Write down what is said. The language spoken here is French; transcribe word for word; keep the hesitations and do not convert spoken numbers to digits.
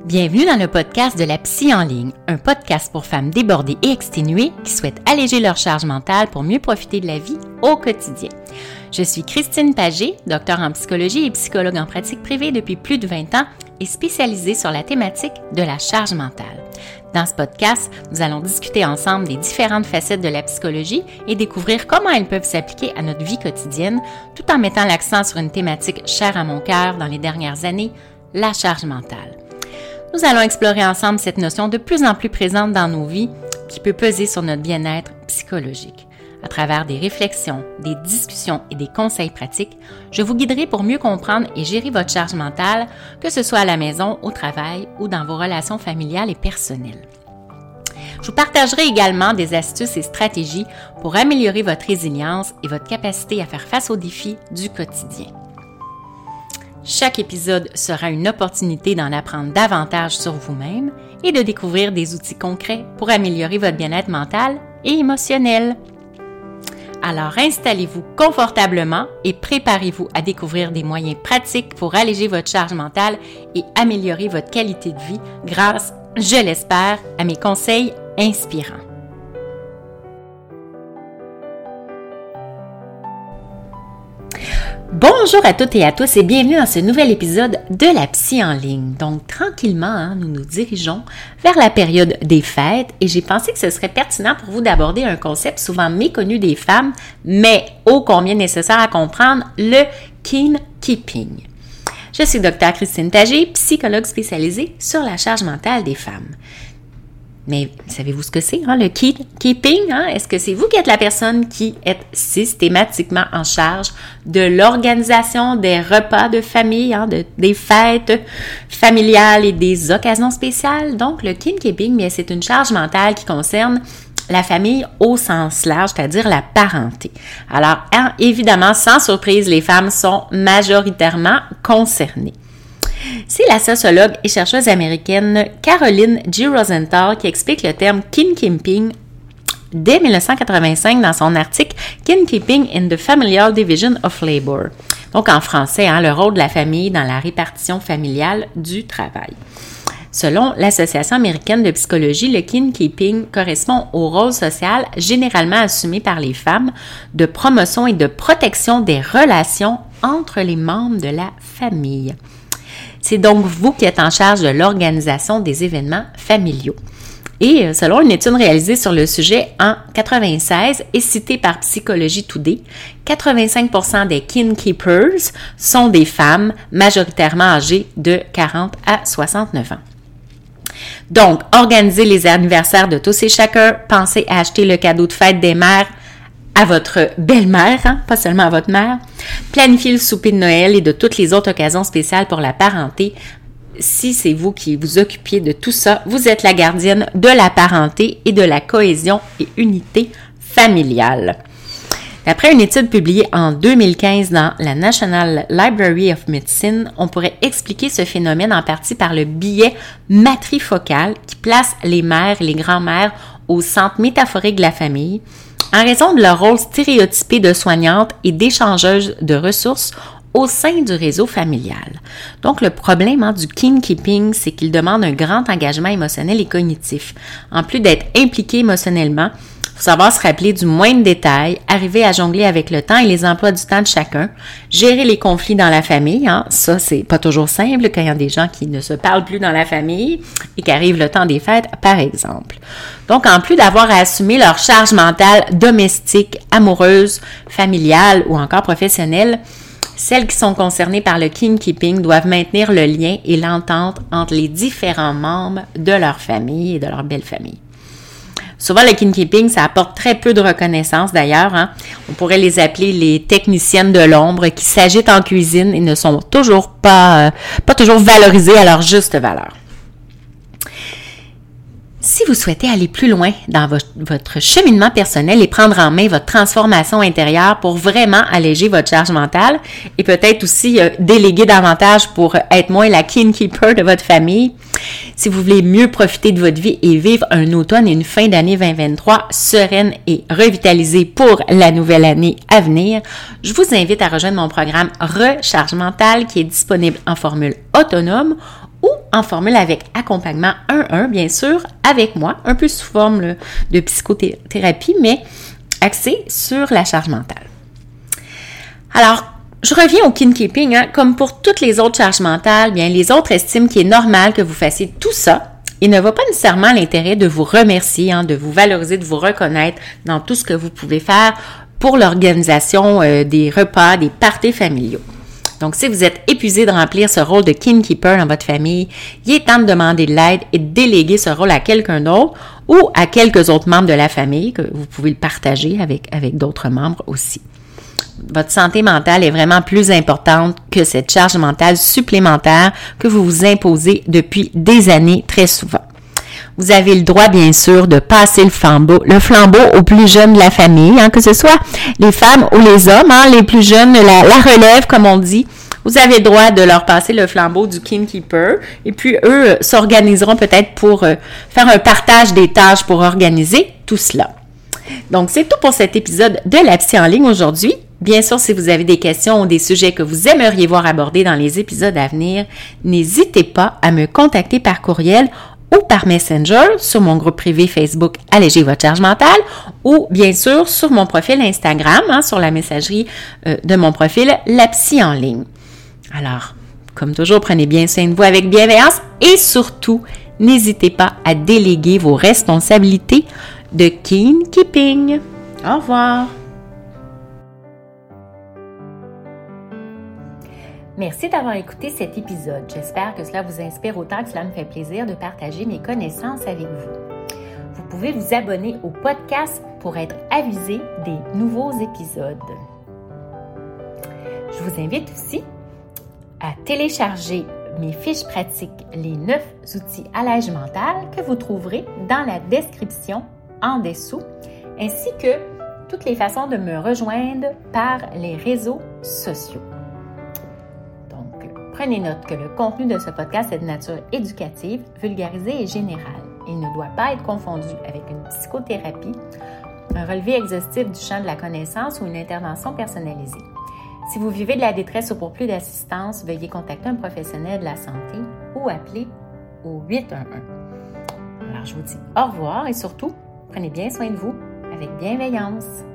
Bienvenue dans le podcast de la Psy en ligne, un podcast pour femmes débordées et exténuées qui souhaitent alléger leur charge mentale pour mieux profiter de la vie au quotidien. Je suis Christine Pagé, docteure en psychologie et psychologue en pratique privée depuis plus de vingt ans et spécialisée sur la thématique de la charge mentale. Dans ce podcast, nous allons discuter ensemble des différentes facettes de la psychologie et découvrir comment elles peuvent s'appliquer à notre vie quotidienne, tout en mettant l'accent sur une thématique chère à mon cœur dans les dernières années, la charge mentale. Nous allons explorer ensemble cette notion de plus en plus présente dans nos vies qui peut peser sur notre bien-être psychologique. À travers des réflexions, des discussions et des conseils pratiques, je vous guiderai pour mieux comprendre et gérer votre charge mentale, que ce soit à la maison, au travail ou dans vos relations familiales et personnelles. Je vous partagerai également des astuces et stratégies pour améliorer votre résilience et votre capacité à faire face aux défis du quotidien. Chaque épisode sera une opportunité d'en apprendre davantage sur vous-même et de découvrir des outils concrets pour améliorer votre bien-être mental et émotionnel. Alors installez-vous confortablement et préparez-vous à découvrir des moyens pratiques pour alléger votre charge mentale et améliorer votre qualité de vie grâce, je l'espère, à mes conseils inspirants. Bonjour à toutes et à tous et bienvenue dans ce nouvel épisode de la Psy en ligne. Donc tranquillement, hein, nous nous dirigeons vers la période des fêtes et j'ai pensé que ce serait pertinent pour vous d'aborder un concept souvent méconnu des femmes, mais ô combien nécessaire à comprendre, le kin keeping. Je suis docteure Christine Pagé, psychologue spécialisée sur la charge mentale des femmes. Mais savez-vous ce que c'est, hein, le kin keeping? Hein? Est-ce que c'est vous qui êtes la personne qui est systématiquement en charge de l'organisation des repas de famille, hein, de, des fêtes familiales et des occasions spéciales? Donc, le kin keeping, bien, c'est une charge mentale qui concerne la famille au sens large, c'est-à-dire la parenté. Alors, hein, évidemment, sans surprise, les femmes sont majoritairement concernées. C'est la sociologue et chercheuse américaine Caroline G. Rosenthal qui explique le terme kin keeping dès dix-neuf cent quatre-vingt-cinq dans son article Kin Keeping in the Familial Division of Labor. Donc en français, hein, le rôle de la famille dans la répartition familiale du travail. Selon l'Association américaine de psychologie, le kin keeping correspond au rôle social généralement assumé par les femmes de promotion et de protection des relations entre les membres de la famille. C'est donc vous qui êtes en charge de l'organisation des événements familiaux. Et selon une étude réalisée sur le sujet en quatre-vingt-seize et citée par Psychology Today, quatre-vingt-cinq pour cent des kin keepers sont des femmes majoritairement âgées de quarante à soixante-neuf ans. Donc, organisez les anniversaires de tous et chacun, pensez à acheter le cadeau de fête des mères à votre belle-mère, hein, pas seulement à votre mère. Planifiez le souper de Noël et de toutes les autres occasions spéciales pour la parenté. Si c'est vous qui vous occupiez de tout ça, vous êtes la gardienne de la parenté et de la cohésion et unité familiale. D'après une étude publiée en deux mille quinze dans la National Library of Medicine, on pourrait expliquer ce phénomène en partie par le biais matrifocal qui place les mères et les grands-mères au centre métaphorique de la famille, en raison de leur rôle stéréotypé de soignantes et d'échangeuses de ressources au sein du réseau familial. Donc, le problème hein, du kin keeping, c'est qu'il demande un grand engagement émotionnel et cognitif. En plus d'être impliqué émotionnellement, il faut savoir se rappeler du moindre détail, arriver à jongler avec le temps et les emplois du temps de chacun, gérer les conflits dans la famille, hein, ça c'est pas toujours simple quand il y a des gens qui ne se parlent plus dans la famille et qu'arrive le temps des fêtes, par exemple. Donc, en plus d'avoir à assumer leur charge mentale domestique, amoureuse, familiale ou encore professionnelle, celles qui sont concernées par le kin keeping doivent maintenir le lien et l'entente entre les différents membres de leur famille et de leur belle famille. Souvent, le kin keeping, ça apporte très peu de reconnaissance d'ailleurs. Hein. On pourrait les appeler les techniciennes de l'ombre qui s'agitent en cuisine et ne sont toujours pas, euh, pas toujours valorisées à leur juste valeur. Si vous souhaitez aller plus loin dans votre, votre cheminement personnel et prendre en main votre transformation intérieure pour vraiment alléger votre charge mentale et peut-être aussi euh, déléguer davantage pour être moins la kin keeper de votre famille, si vous voulez mieux profiter de votre vie et vivre un automne et une fin d'année vingt vingt-trois sereine et revitalisée pour la nouvelle année à venir, je vous invite à rejoindre mon programme Recharge mentale qui est disponible en formule autonome ou en formule avec accompagnement un à un, bien sûr, avec moi, un peu sous forme là, de psychothérapie, mais axée sur la charge mentale. Alors, je reviens au kin-keeping. Hein. Comme pour toutes les autres charges mentales, bien, les autres estiment qu'il est normal que vous fassiez tout ça. Il ne va pas nécessairement l'intérêt de vous remercier, hein, de vous valoriser, de vous reconnaître dans tout ce que vous pouvez faire pour l'organisation euh, des repas, des parties familiaux. Donc, si vous êtes épuisé de remplir ce rôle de kin-keeper dans votre famille, il est temps de demander de l'aide et de déléguer ce rôle à quelqu'un d'autre ou à quelques autres membres de la famille, que vous pouvez le partager avec, avec d'autres membres aussi. Votre santé mentale est vraiment plus importante que cette charge mentale supplémentaire que vous vous imposez depuis des années très souvent. Vous avez le droit, bien sûr, de passer le flambeau, le flambeau aux plus jeunes de la famille, hein, que ce soit les femmes ou les hommes, hein, les plus jeunes, la, la relève, comme on dit. Vous avez le droit de leur passer le flambeau du kin-keeper et puis eux euh, s'organiseront peut-être pour euh, faire un partage des tâches pour organiser tout cela. Donc, c'est tout pour cet épisode de la Psy en ligne aujourd'hui. Bien sûr, si vous avez des questions ou des sujets que vous aimeriez voir abordés dans les épisodes à venir, n'hésitez pas à me contacter par courriel ou par Messenger sur mon groupe privé Facebook Alléger votre charge mentale ou bien sûr sur mon profil Instagram, hein, sur la messagerie euh, de mon profil La Psy en ligne. Alors, comme toujours, prenez bien soin de vous avec bienveillance et surtout, n'hésitez pas à déléguer vos responsabilités de kin-keeping. Au revoir! Merci d'avoir écouté cet épisode. J'espère que cela vous inspire autant que cela me fait plaisir de partager mes connaissances avec vous. Vous pouvez vous abonner au podcast pour être avisé des nouveaux épisodes. Je vous invite aussi à télécharger mes fiches pratiques, les neuf outils allège mental que vous trouverez dans la description en dessous, ainsi que toutes les façons de me rejoindre par les réseaux sociaux. Prenez note que le contenu de ce podcast est de nature éducative, vulgarisée et générale. Il ne doit pas être confondu avec une psychothérapie, un relevé exhaustif du champ de la connaissance ou une intervention personnalisée. Si vous vivez de la détresse ou pour plus d'assistance, veuillez contacter un professionnel de la santé ou appeler au huit un un. Alors, je vous dis au revoir et surtout, prenez bien soin de vous avec bienveillance.